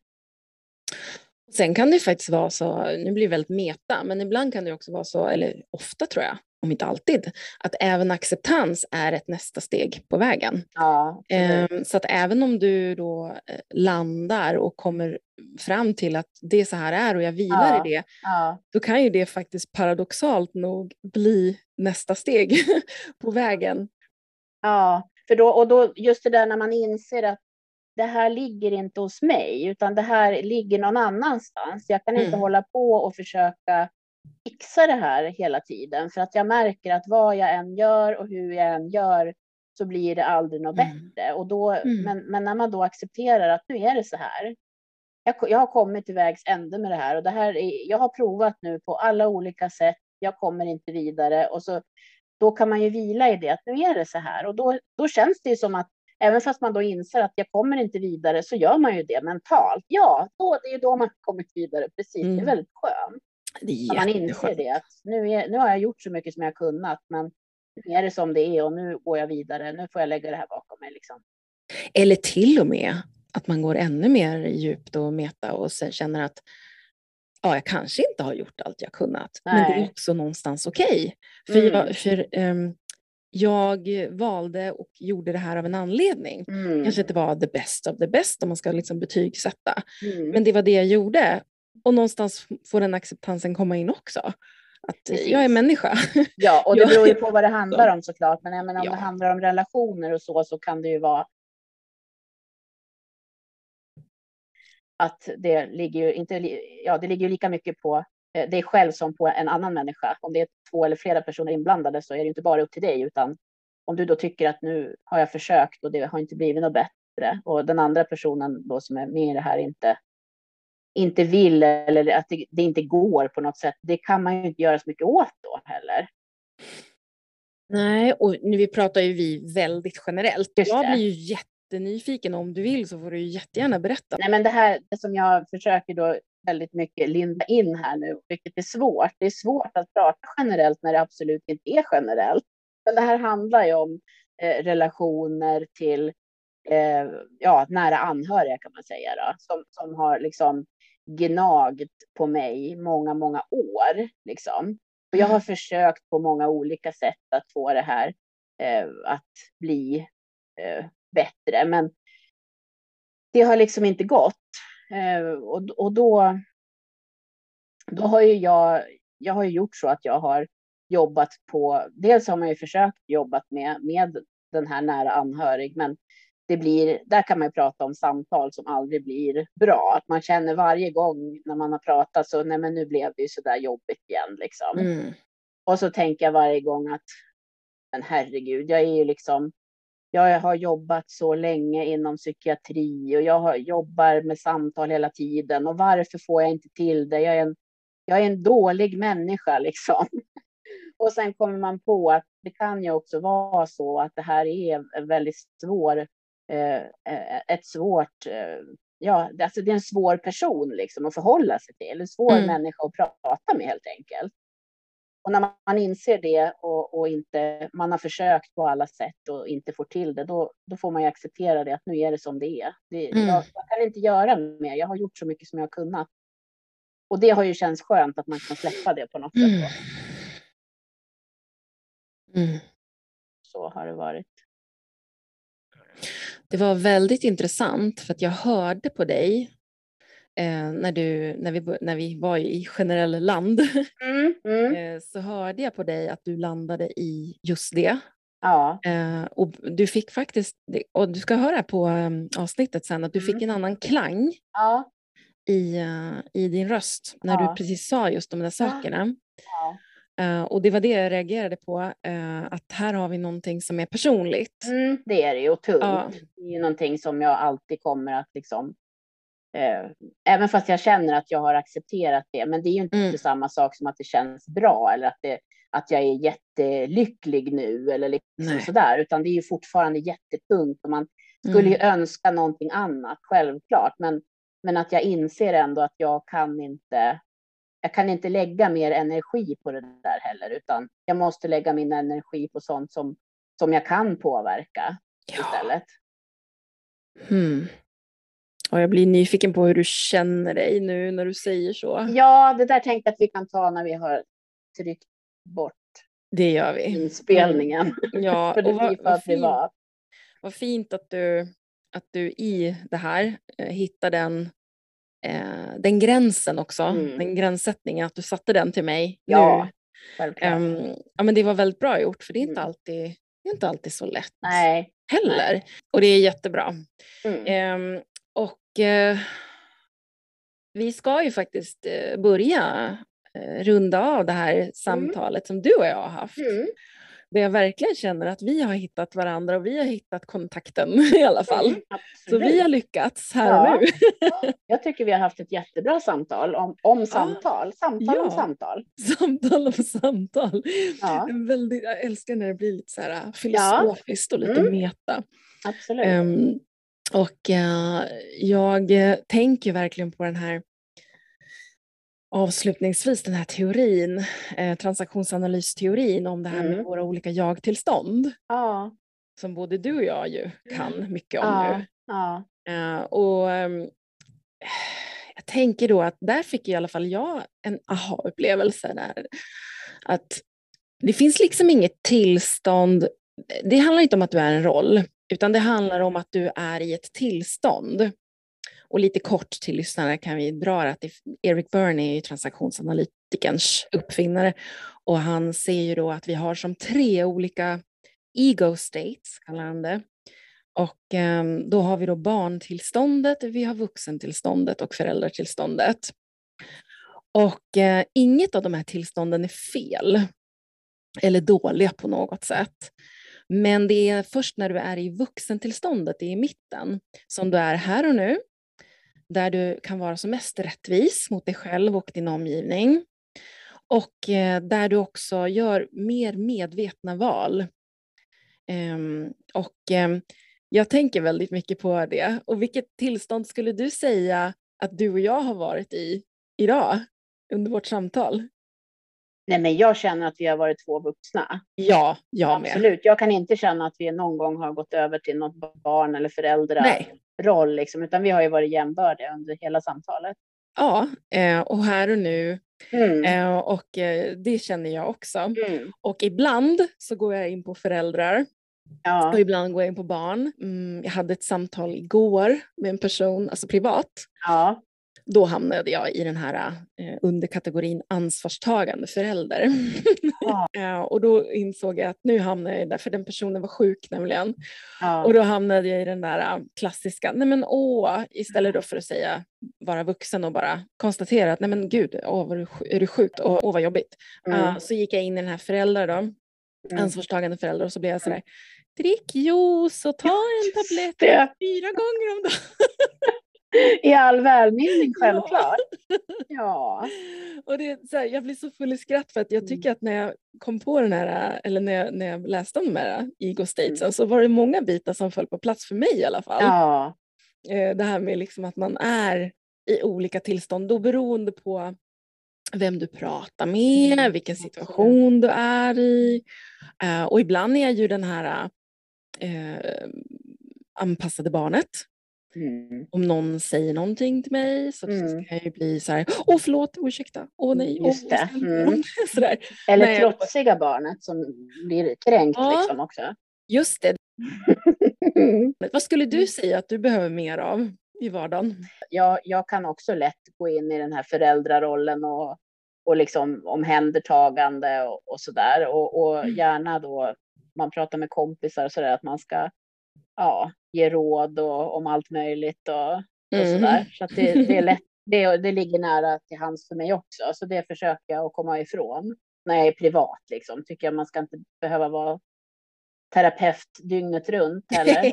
S1: Sen kan det faktiskt vara så, nu blir det väldigt meta, men ibland kan det också vara så, eller ofta tror jag, om inte alltid, att även acceptans är ett nästa steg på vägen.
S2: Ja,
S1: um, så att även om du då landar och kommer fram till att det är så här är och jag vilar
S2: ja,
S1: i det,
S2: ja.
S1: då kan ju det faktiskt paradoxalt nog bli nästa steg på vägen.
S2: Ja, för då, och då just det där när man inser att det här ligger inte hos mig, utan det här ligger någon annanstans. Jag kan inte mm. hålla på och försöka fixa det här hela tiden. För att jag märker att vad jag än gör och hur jag än gör så blir det aldrig något mm. bättre. Och då, mm. men, men när man då accepterar att nu är det så här. Jag, jag har kommit till vägs ände med det här. Och det här är, jag har provat nu på alla olika sätt. Jag kommer inte vidare. Och så, då kan man ju vila i det att nu är det så här. Och då, då känns det ju som att även fast man då inser att jag kommer inte vidare, så gör man ju det mentalt. Ja, då, det är ju då man kommit vidare. Precis, mm. det är väldigt skönt.
S1: Det är
S2: när man inser det, att nu, är, nu har jag gjort så mycket som jag kunnat, men nu är det som det är och nu går jag vidare. Nu får jag lägga det här bakom mig. Liksom.
S1: Eller till och med att man går ännu mer djupt och meta och sen känner att ja, jag kanske inte har gjort allt jag kunnat. Nej. Men det är också någonstans okej. Okay. För, mm. jag, för um, jag valde och gjorde det här av en anledning. Mm. Kanske inte var the best of the best om man ska liksom betygsätta. Mm. Men det var det jag gjorde. Och någonstans får den acceptansen komma in också. Att Precis. Jag är människa.
S2: Ja, och det beror ju på vad det handlar om såklart. Men jag menar, om ja. det handlar om relationer och så, så kan det ju vara att det ligger ju inte, ja, det ligger ju lika mycket på dig själv som på en annan människa. Om det är två eller flera personer inblandade så är det inte bara upp till dig, utan om du då tycker att nu har jag försökt och det har inte blivit något bättre och den andra personen då som är med i det här inte inte vill eller att det, det inte går på något sätt, det kan man ju inte göra så mycket åt då heller.
S1: Nej, och nu vi pratar ju vi väldigt generellt. Jag blir ju jättenyfiken, om du vill så får du ju jättegärna berätta.
S2: Nej, men det här det som jag försöker då väldigt mycket linda in här nu, vilket är svårt. Det är svårt att prata generellt när det absolut inte är generellt. Men det här handlar ju om eh, relationer till eh, ja, nära anhöriga kan man säga då, som, som har liksom gnagt på mig många, många år. Liksom. Och jag har försökt på många olika sätt att få det här eh, att bli eh, bättre. Men det har liksom inte gått. Eh, och, och då, då har ju jag, jag har ju gjort så att jag har jobbat på, dels har man ju försökt jobbat med, med den här nära anhörig, men det blir, där kan man ju prata om samtal som aldrig blir bra. Att man känner varje gång när man har pratat så, nej men nu blev det ju så där jobbigt igen liksom. Mm. Och så tänker jag varje gång att, men herregud, jag är ju liksom, jag har jobbat så länge inom psykiatri och jag har, jobbar med samtal hela tiden och varför får jag inte till det? Jag är en, jag är en dålig människa liksom. Och sen kommer man på att det kan ju också vara så att det här är en väldigt svår, eh, ett svårt, eh, ja, alltså det är en svår person liksom att förhålla sig till, en svår mm. människa att prata med helt enkelt. Och när man inser det och, och inte, man har försökt på alla sätt och inte får till det, då, då får man ju acceptera det, att nu är det som det är. Det, mm. jag, jag kan inte göra mer, jag har gjort så mycket som jag har kunnat. Och det har ju känts skönt att man kan släppa det på något
S1: mm.
S2: sätt.
S1: Mm.
S2: Så har det varit.
S1: Det var väldigt intressant för att jag hörde på dig eh, när, du, när, vi, när vi var i generell land.
S2: Mm, mm.
S1: eh, så hörde jag på dig att du landade i just det.
S2: Ja.
S1: Eh, och du fick faktiskt, och du ska höra på um, avsnittet sen, att du mm. fick en annan klang
S2: ja.
S1: i, uh, i din röst när ja. du precis sa just de där sakerna.
S2: Ja.
S1: Uh, och det var det jag reagerade på, uh, att här har vi någonting som är personligt.
S2: Mm, det är det ju, och tungt.
S1: Ja.
S2: Det är ju någonting som jag alltid kommer att liksom, uh, även fast jag känner att jag har accepterat det, men det är ju inte mm. samma sak som att det känns bra eller att, det, att jag är jättelycklig nu eller liksom sådär, utan det är ju fortfarande jättetungt och man skulle mm. ju önska någonting annat, självklart, men, men att jag inser ändå att jag kan inte Jag kan inte lägga mer energi på det där heller, utan jag måste lägga min energi på sånt som, som jag kan påverka ja. istället.
S1: Hmm. Och jag blir nyfiken på hur du känner dig nu när du säger så.
S2: Ja, det där tänkte jag att vi kan ta när vi har tryckt bort
S1: det gör vi.
S2: inspelningen.
S1: Mm. Ja,
S2: för det
S1: och vad,
S2: blir för
S1: vad,
S2: privat.
S1: Fint, vad fint att du, att du i det här eh, hittar den Eh, den gränsen också, mm. den gränssättningen, att du satte den till mig
S2: ja,
S1: nu. Um, ja, men det var väldigt bra gjort, för det är inte, mm. alltid, det är inte alltid så lätt
S2: Nej.
S1: heller.
S2: Nej.
S1: Och det är jättebra.
S2: Mm.
S1: Um, och uh, vi ska ju faktiskt uh, börja uh, runda av det här samtalet mm. som du och jag har haft.
S2: Mm.
S1: där jag verkligen känner att vi har hittat varandra och vi har hittat kontakten i alla fall.
S2: Mm,
S1: Så vi har lyckats här
S2: ja.
S1: och nu.
S2: Jag tycker vi har haft ett jättebra samtal om, om
S1: Ja.
S2: samtal. Samtal
S1: Ja.
S2: om samtal.
S1: Samtal om samtal.
S2: Ja.
S1: En väldigt, jag älskar när det blir lite så här filosofiskt och lite
S2: Mm.
S1: meta.
S2: Absolut.
S1: Um, och uh, jag tänker verkligen på den här avslutningsvis den här teorin, eh, transaktionsanalys-teorin om det här med
S2: Mm.
S1: våra olika jag-tillstånd.
S2: Ja.
S1: Som både du och jag ju kan mycket om
S2: Ja.
S1: nu.
S2: Ja.
S1: Uh, och um, jag tänker då att där fick i alla fall jag en aha-upplevelse där. Att det finns liksom inget tillstånd. Det handlar inte om att du är en roll, utan det handlar om att du är i ett tillstånd. Och lite kort till lyssnare kan vi dra att Eric Berne är ju transaktionsanalytikerns uppfinnare. Och han ser ju då att vi har som tre olika ego states, kallar han det. Och um, då har vi då barntillståndet, vi har vuxentillståndet och föräldratillståndet. Och uh, inget av de här tillstånden är fel eller dåliga på något sätt. Men det är först när du är i vuxentillståndet, det är i mitten, som du är här och nu, där du kan vara som mest rättvis mot dig själv och din omgivning. Och uh, där du också gör mer medvetna val. Um, och um, jag tänker väldigt mycket på det. Och vilket tillstånd skulle du säga att du och jag har varit i idag under vårt samtal?
S2: Nej, men jag känner att vi har varit två vuxna.
S1: Ja, jag med.
S2: Absolut. Jag kan inte känna att vi någon gång har gått över till något barn eller föräldraroll, liksom, utan vi har ju varit jämbördiga under hela samtalet.
S1: Ja, eh, och här och nu.
S2: Mm.
S1: Eh, och eh, det känner jag också.
S2: Mm.
S1: Och ibland så går jag in på föräldrar.
S2: Ja.
S1: Och ibland går jag in på barn. Mm, jag hade ett samtal igår med en person, alltså privat.
S2: Ja.
S1: Då hamnade jag i den här eh, underkategorin ansvarstagande förälder.
S2: Ja.
S1: eh, och då insåg jag att nu hamnar jag där, för den personen var sjuk nämligen.
S2: Ja.
S1: Och då hamnade jag i den där klassiska, nej men åh, istället då för att säga vara vuxen och bara konstatera att nej men gud, åh, var du, är du sjuk? Åh, åh vad jobbigt.
S2: Mm.
S1: Uh, så gick jag in i den här föräldrar då, mm. ansvarstagande föräldrar, och så blev jag sådär, drick juice och ta en tablett fyra gånger om dagen.
S2: I all välmening, självklart. Ja. ja.
S1: Och det är så här, jag blir så full i skratt för att jag tycker att när jag kom på den här, eller när jag, när jag läste om de här ego statesen, mm. så var det många bitar som föll på plats för mig i alla fall.
S2: Ja.
S1: Det här med liksom att man är i olika tillstånd, då beroende på vem du pratar med, mm. vilken situation du är i. Och ibland är ju den här eh, anpassade barnet. Mm. Om någon säger någonting till mig så mm. ska jag ju bli så här, åh förlåt, ursäkta, åh nej, åh,
S2: just det. Mm.
S1: Sådär.
S2: Eller
S1: nej,
S2: trotsiga jag... barnet som blir kränkt ja, liksom också.
S1: Just det. Vad skulle du säga att du behöver mer av i vardagen?
S2: Jag, jag kan också lätt gå in i den här föräldrarollen och, och liksom omhändertagande och, och sådär. Och, och mm. gärna då, man pratar med kompisar och sådär, att man ska ja, ge råd och, om allt möjligt och, och mm. sådär. Så att det, det är lätt, det, det ligger nära till hands för mig också. Så det försöker jag att komma ifrån när jag är privat liksom. Tycker jag man ska inte behöva vara terapeut dygnet runt heller.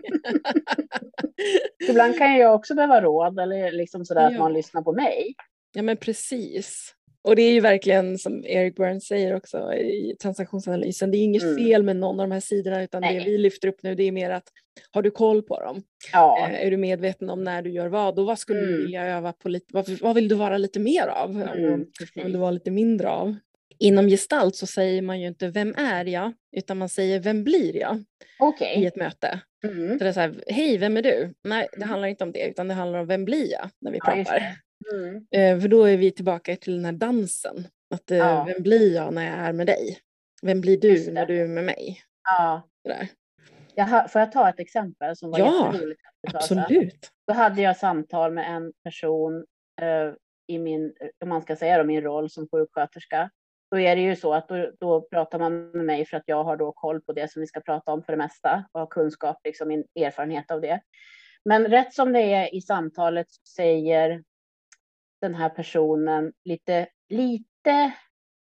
S2: Ibland kan jag också behöva råd eller liksom sådär ja. Att man lyssnar på mig.
S1: Ja men precis. Och det är ju verkligen som Eric Berne säger också i transaktionsanalysen, det är inget mm. fel med någon av de här sidorna, utan Nej. Det vi lyfter upp nu, det är mer att har du koll på dem?
S2: Ja.
S1: Eh, är du medveten om när du gör vad? Och vad skulle mm. du vilja öva på lite, vad, vad vill du vara lite mer av? Mm. Och vad vill du vara lite mindre av? Inom gestalt så säger man ju inte vem är jag, utan man säger vem blir jag
S2: okay.
S1: i ett möte. Mm. Så det är så här, hej, vem är du? Nej, det handlar inte om det, utan det handlar om vem blir jag när vi
S2: ja,
S1: pratar.
S2: Mm.
S1: Eh, för då är vi tillbaka till den här dansen. Att, eh, ja. Vem blir jag när jag är med dig? Vem blir du när du är med mig?
S2: Ja. Jag har, får jag ta ett exempel som var
S1: ja,
S2: jätteroligt?
S1: Absolut.
S2: Då hade jag samtal med en person eh, i min, om man ska säga då, min roll som sjuksköterska. Då är det ju så att då, då pratar man med mig för att jag har då koll på det som vi ska prata om för det mesta. Och har kunskap, liksom min erfarenhet av det. Men rätt som det är i samtalet säger den här personen lite, lite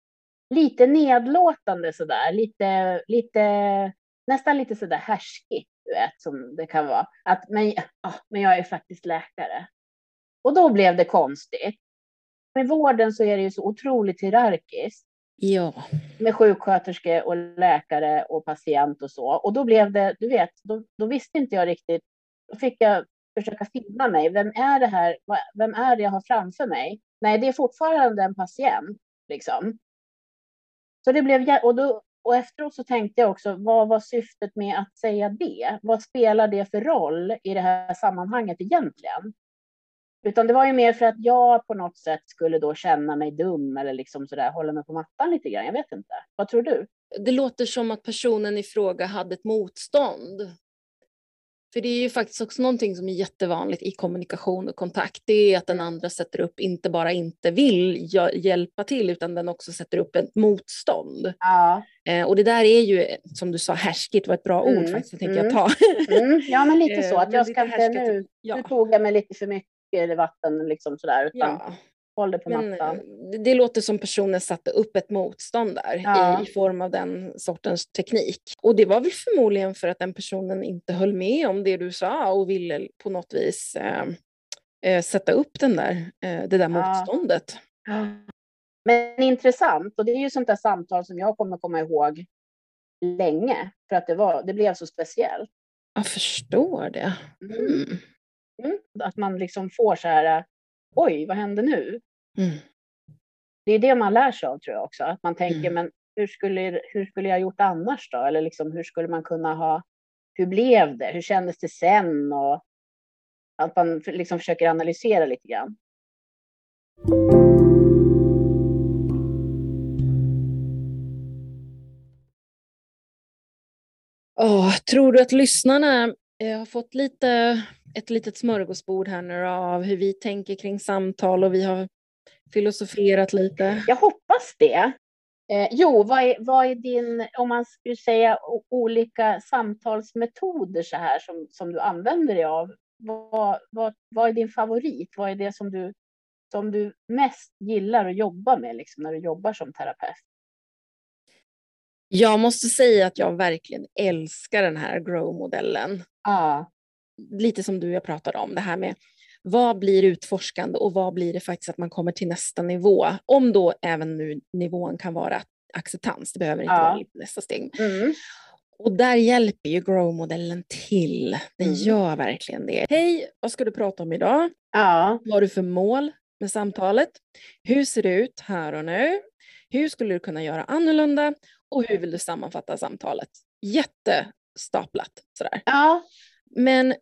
S2: lite nedlåtande sådär, lite, lite, nästan lite sådär härskigt, du vet, som det kan vara. Att, men, ja, men jag är faktiskt läkare. Och då blev det konstigt. Med vården så är det ju så otroligt hierarkiskt.
S1: Ja.
S2: Med sjuksköterskor och läkare och patient och så. Och då blev det, du vet, då, då visste inte jag riktigt. Då fick jag försöka finna mig. Vem är det här? Vem är det jag har framför mig? Nej, det är fortfarande en patient, liksom. Så det blev, och, då, och efteråt så tänkte jag också, vad var syftet med att säga det? Vad spelar det för roll i det här sammanhanget egentligen? Utan det var ju mer för att jag på något sätt skulle då känna mig dum eller liksom sådär, hålla mig på mattan lite grann. Jag vet inte. Vad tror du?
S1: Det låter som att personen i fråga hade ett motstånd. För det är ju faktiskt också någonting som är jättevanligt i kommunikation och kontakt. Det är att den andra sätter upp, inte bara inte vill hjälpa till, utan den också sätter upp ett motstånd.
S2: Ja.
S1: Eh, och det där är ju, som du sa, härskigt var ett bra
S2: Mm.
S1: ord faktiskt, jag tänker
S2: Mm.
S1: jag ta.
S2: Mm. Ja, men lite så. Att
S1: Men
S2: jag
S1: lite
S2: ska inte
S1: härskat,
S2: nu,
S1: ja.
S2: nu tog jag mig lite för mycket i vatten liksom sådär. Utan
S1: Ja.
S2: håll det på
S1: Men
S2: mattan.
S1: det, det låter som personen satte upp ett motstånd där
S2: Ja.
S1: i, i form av den sortens teknik. Och det var väl förmodligen för att den personen inte höll med om det du sa och ville på något vis eh, eh, sätta upp den där, eh, det där
S2: Ja.
S1: motståndet.
S2: Ja. Men intressant, och det är ju sånt där samtal som jag kommer komma ihåg länge. För att det, var, det blev så speciellt.
S1: Jag förstår det. Mm.
S2: Mm. Att man liksom får så här, oj, vad händer nu?
S1: Mm.
S2: Det är det man lär sig av, tror jag också. Att man tänker,
S1: Mm.
S2: men hur skulle, hur skulle jag gjort annars då? Eller liksom, hur skulle man kunna ha, hur blev det? Hur kändes det sen? Och att man liksom försöker analysera lite grann.
S1: Oh, tror du att lyssnarna eh, har fått lite, ett litet smörgåsbord här nu av hur vi tänker kring samtal och vi har filosoferat lite?
S2: Jag hoppas det. Eh, jo, vad är, vad är din, om man skulle säga o- olika samtalsmetoder så här som, som du använder dig av? Vad, vad, vad är din favorit? Vad är det som du, som du mest gillar att jobba med liksom, när du jobbar som terapeut?
S1: Jag måste säga att jag verkligen älskar den här grow-modellen.
S2: Ja.
S1: Lite som du jag pratade om, det här med vad blir utforskande och vad blir det faktiskt att man kommer till nästa nivå. Om då även nu nivån kan vara acceptans, det behöver inte
S2: Ja.
S1: vara nästa steg.
S2: Mm.
S1: Och där hjälper ju grow-modellen till. Den
S2: Mm.
S1: gör verkligen det. Hej, vad ska du prata om idag?
S2: Ja.
S1: Vad har du för mål med samtalet? Hur ser det ut här och nu? Hur skulle du kunna göra annorlunda? Och hur vill du sammanfatta samtalet? Jättestaplat sådär.
S2: Ja.
S1: Men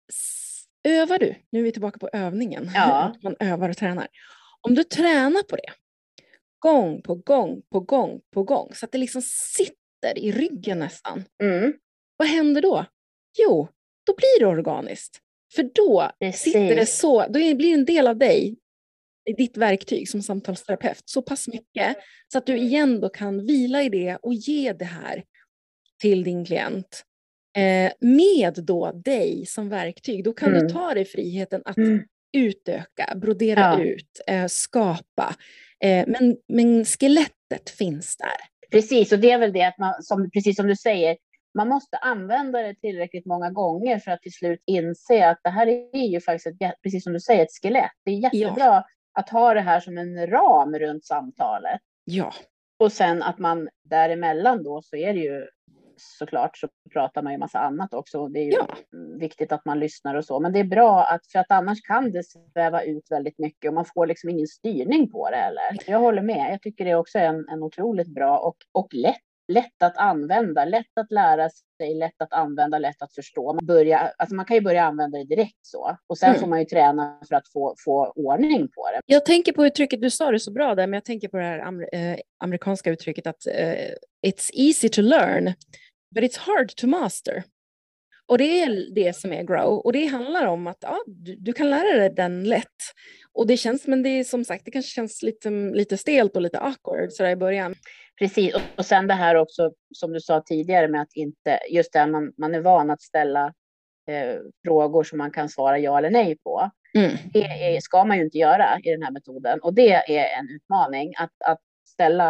S1: övar du, nu är vi tillbaka på övningen,
S2: Ja.
S1: att man övar och tränar. Om du tränar på det, gång på gång på gång på gång, så att det liksom sitter i ryggen nästan.
S2: Mm.
S1: Vad händer då? Jo, då blir det organiskt. För då
S2: Precis.
S1: sitter det så, då blir en del av dig, i ditt verktyg som samtalsterapeut, så pass mycket så att du igen då kan vila i det och ge det här till din klient. Eh, med då dig som verktyg, då kan
S2: Mm.
S1: du ta dig friheten att
S2: Mm.
S1: utöka, brodera
S2: Ja.
S1: ut, eh, skapa. Eh, men, men skelettet finns där.
S2: Precis, och det är väl det att man, som, precis som du säger, man måste använda det tillräckligt många gånger för att till slut inse att det här är ju faktiskt, ett, precis som du säger, ett skelett. Det är jättebra
S1: Ja.
S2: att ha det här som en ram runt samtalet.
S1: Ja.
S2: Och sen att man däremellan då så är det ju såklart så pratar man ju massa annat också. Det är ju
S1: Ja.
S2: viktigt att man lyssnar och så. Men det är bra att, för att annars kan det sväva ut väldigt mycket och man får liksom ingen styrning på det heller. Jag håller med. Jag tycker det är också en, en otroligt bra och, och lätt, lätt att använda, lätt att lära sig, lätt att använda, lätt att förstå. Man, börjar, alltså man kan ju börja använda det direkt så. Och sen
S1: Mm.
S2: får man ju träna för att få, få ordning på det.
S1: Jag tänker på uttrycket, du sa det så bra där, men jag tänker på det här amer, eh, amerikanska uttrycket att eh, it's easy to learn, but it's hard to master. Och det är det som är grow. Och det handlar om att ja, du, du kan lära dig den lätt. Och det känns, men det är som sagt, det kanske känns lite, lite stelt och lite awkward sådär i början.
S2: Precis, och, och sen det här också som du sa tidigare med att inte, just det man, man är van att ställa eh, frågor som man kan svara ja eller nej på.
S1: Mm.
S2: Det är, ska man ju inte göra i den här metoden och det är en utmaning att, att ställa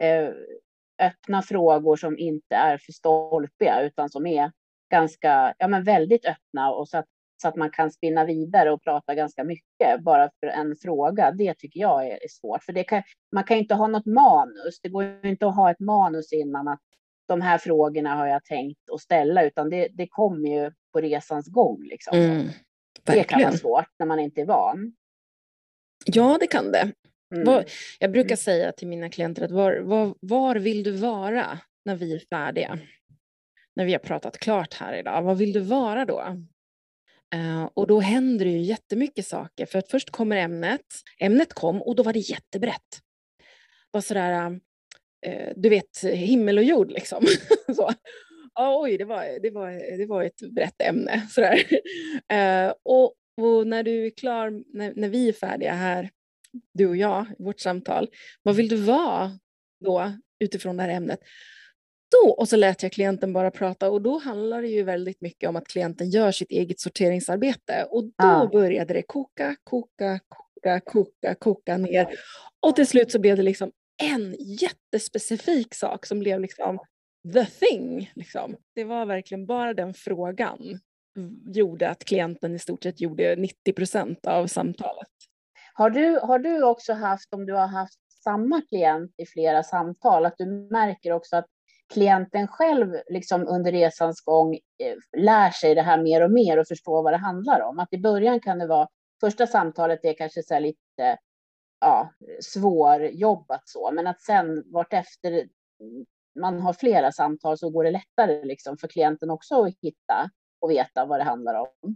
S2: eh, öppna frågor som inte är för stolpiga utan som är ganska, ja men väldigt öppna och så att, så att man kan spinna vidare och prata ganska mycket bara för en fråga. Det tycker jag är, är svårt, för det kan, man kan inte ha något manus. Det går ju inte att ha ett manus innan att de här frågorna har jag tänkt att ställa, utan det, det kommer ju på resans gång liksom.
S1: Mm,
S2: det kan vara svårt när man inte är van.
S1: Ja, det kan det.
S2: Mm.
S1: Var, jag brukar
S2: Mm.
S1: säga till mina klienter att var, var, var vill du vara när vi är färdiga? När vi har pratat klart här idag, vad vill du vara då? Uh, och då händer det ju jättemycket saker. För att först kommer ämnet. Ämnet kom och då var det jättebrett. Det var sådär, uh, du vet, himmel och jord liksom. Så. Oh, oj, det var, det, var, det var ett brett ämne. Sådär. Uh, och, och när du är klar, när, när vi är färdiga här, du och jag, i vårt samtal, vad vill du vara då utifrån det här ämnet? Då, och så lät jag klienten bara prata, och då handlar det ju väldigt mycket om att klienten gör sitt eget sorteringsarbete, och då
S2: Ja.
S1: började det koka, koka, koka, koka, koka ner, och till slut så blev det liksom en jättespecifik sak som blev liksom the thing. Liksom. Det var verkligen bara den frågan gjorde att klienten i stort sett gjorde nittio procent av samtalet.
S2: Har du, har du också haft, om du har haft samma klient i flera samtal, att du märker också att klienten själv liksom under resans gång eh, lär sig det här mer och mer och förstår vad det handlar om? Att i början kan det vara, första samtalet är kanske så här lite ja, svårjobbat så, men att sen vart efter man har flera samtal så går det lättare liksom för klienten också att hitta och veta vad det handlar om.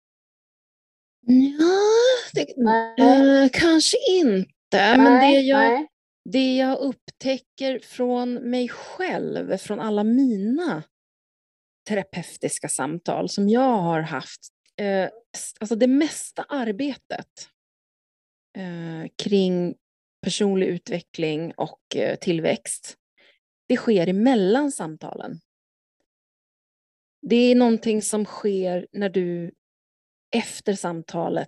S1: Ja, det, eh, kanske inte. Nej, men det jag, det jag upptäcker från mig själv, från alla mina terapeutiska samtal som jag har haft, eh, alltså det mesta arbetet eh, kring personlig utveckling och eh, tillväxt, det sker emellan samtalen. Det är någonting som sker när du efter samtalet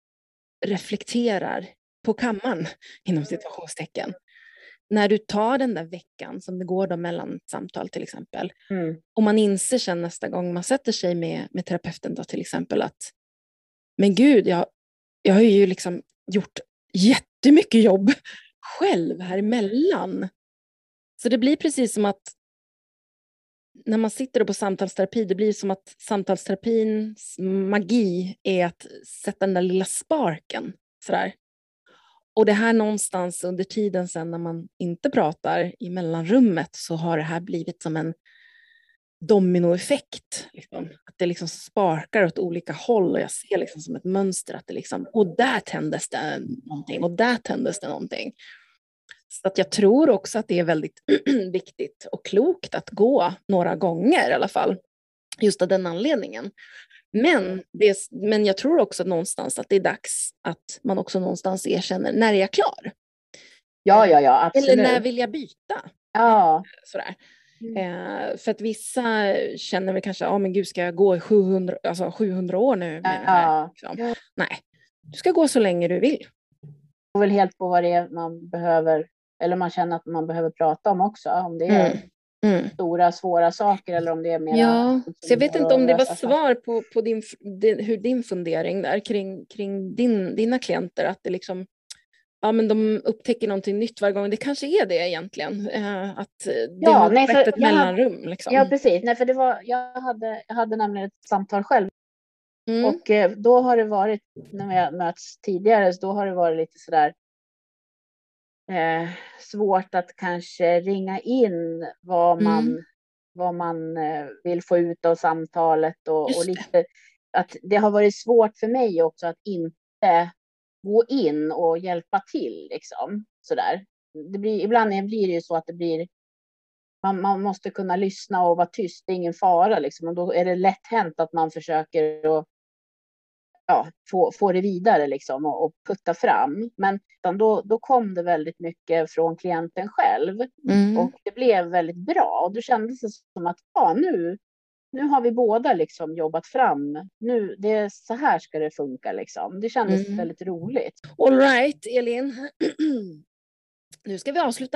S1: reflekterar på kammaren, inom situationstecken. När du tar den där veckan som det går då mellan samtal till exempel. Mm. Och man inser sen nästa gång man sätter sig med, med terapeuten då till exempel att men gud, jag, jag har ju liksom gjort jättemycket jobb själv här emellan. Så det blir precis som att när man sitter på samtalsterapi, det blir som att samtalsterapins magi är att sätta den där lilla sparken. Sådär. Och det här någonstans under tiden sen när man inte pratar i mellanrummet så har det här blivit som en dominoeffekt. Liksom. Att det liksom sparkar åt olika håll och jag ser liksom som ett mönster att det liksom, och där tändes det någonting och där tändes det någonting. Så att jag tror också att det är väldigt viktigt och klokt att gå några gånger i alla fall. Just av den anledningen. Men, det, men jag tror också någonstans att det är dags att man också någonstans erkänner när är jag klar?
S2: Ja, ja, ja, absolut.
S1: Eller när vill jag byta?
S2: Ja.
S1: Sådär. Mm. Eh, för att vissa känner väl kanske, ja ah, men gud ska jag gå i sjuhundra, alltså sjuhundra år nu med
S2: ja.
S1: det här? Liksom. Ja. Nej, du ska gå så länge du vill.
S2: Det beror väl helt på vad det är man behöver, eller man känner att man behöver prata om också. Om det är mm. Mm. stora, svåra saker eller om det är mer...
S1: Ja, så jag vet inte om det var svar på, på din, din, hur din fundering där kring, kring din, dina klienter, att det liksom, ja men de upptäcker någonting nytt varje gång. Det kanske är det egentligen, äh, att det
S2: ja,
S1: har
S2: nej,
S1: varit ett
S2: jag
S1: mellanrum.
S2: Hade,
S1: liksom.
S2: Ja, precis. Nej, för det var, jag, hade, jag hade nämligen ett samtal själv. Mm. Och eh, då har det varit, när vi har möts tidigare, så då har det varit lite sådär Eh, svårt att kanske ringa in vad man, mm. vad man eh, vill få ut av samtalet och, och lite att det har varit svårt för mig också att inte gå in och hjälpa till liksom sådär. Det blir, ibland blir det ju så att det blir man, man måste kunna lyssna och vara tyst, det är ingen fara liksom, och då är det lätt hänt att man försöker att ja, få, få det vidare liksom och, och putta fram. Men då, då kom det väldigt mycket från klienten själv. Mm. Och det blev väldigt bra. Och då kändes det som att ja, nu, nu har vi båda liksom jobbat fram. Nu, det är så här ska det funka liksom. Det kändes mm. väldigt roligt.
S1: All right, Elin. Nu ska vi avsluta.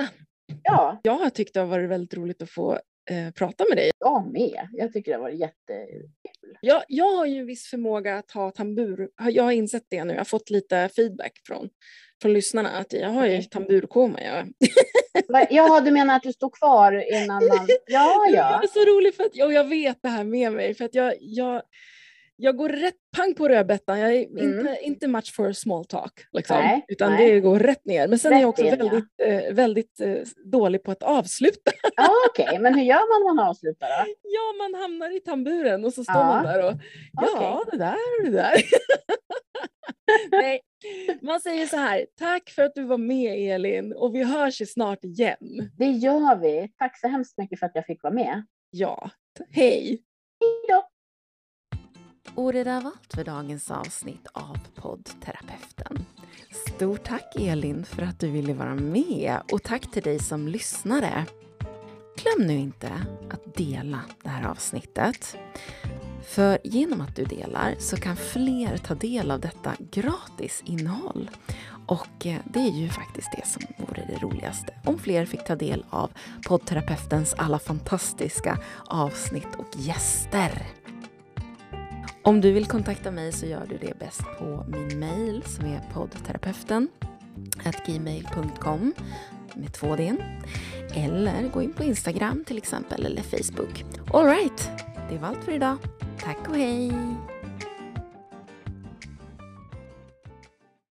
S2: Ja.
S1: Jag har tyckt det har varit väldigt roligt att få eh, prata med dig.
S2: Jag med. Jag tycker det var jättekul.
S1: Jag, jag har ju en viss förmåga att ha tambur. Jag har insett det nu. Jag har fått lite feedback från, från lyssnarna. Att jag har ju
S2: Okej.
S1: tamburkoma. Jag.
S2: Va- Ja, du menar att du står kvar innan man... Ja,
S1: Det
S2: ja.
S1: är så roligt för att jag, jag vet det här med mig. För att jag, jag, jag går rätt pang på rödbetan. Jag är
S2: Mm.
S1: inte, inte much for small talk. Liksom,
S2: Nej,
S1: utan
S2: nej.
S1: det går rätt ner. Men sen
S2: Rätt
S1: är jag också
S2: in, ja.
S1: väldigt, eh, väldigt eh, dålig på att avsluta.
S2: Ja, okej. Men hur gör man när man avslutar då?
S1: Ja, man hamnar i tamburen och så står
S2: Ja.
S1: man där och ja,
S2: Okej.
S1: det där och det där. Nej, man säger så här, tack för att du var med Elin och vi hörs ju snart igen.
S2: Det gör vi. Tack så hemskt mycket för att jag fick vara med.
S1: Ja, hej.
S2: Hej då.
S1: Och det där var allt för dagens avsnitt av poddterapeuten. Stort tack Elin för att du ville vara med och tack till dig som lyssnare. Glöm nu inte att dela det här avsnittet. För genom att du delar så kan fler ta del av detta gratis innehåll. Och det är ju faktiskt det som vore det roligaste. Om fler fick ta del av poddterapeutens alla fantastiska avsnitt och gäster. Om du vill kontakta mig så gör du det bäst på min mail som är poddterapeuten at gmail punkt com med två d. Eller gå in på Instagram till exempel eller Facebook. All right, det var allt för idag. Tack och hej!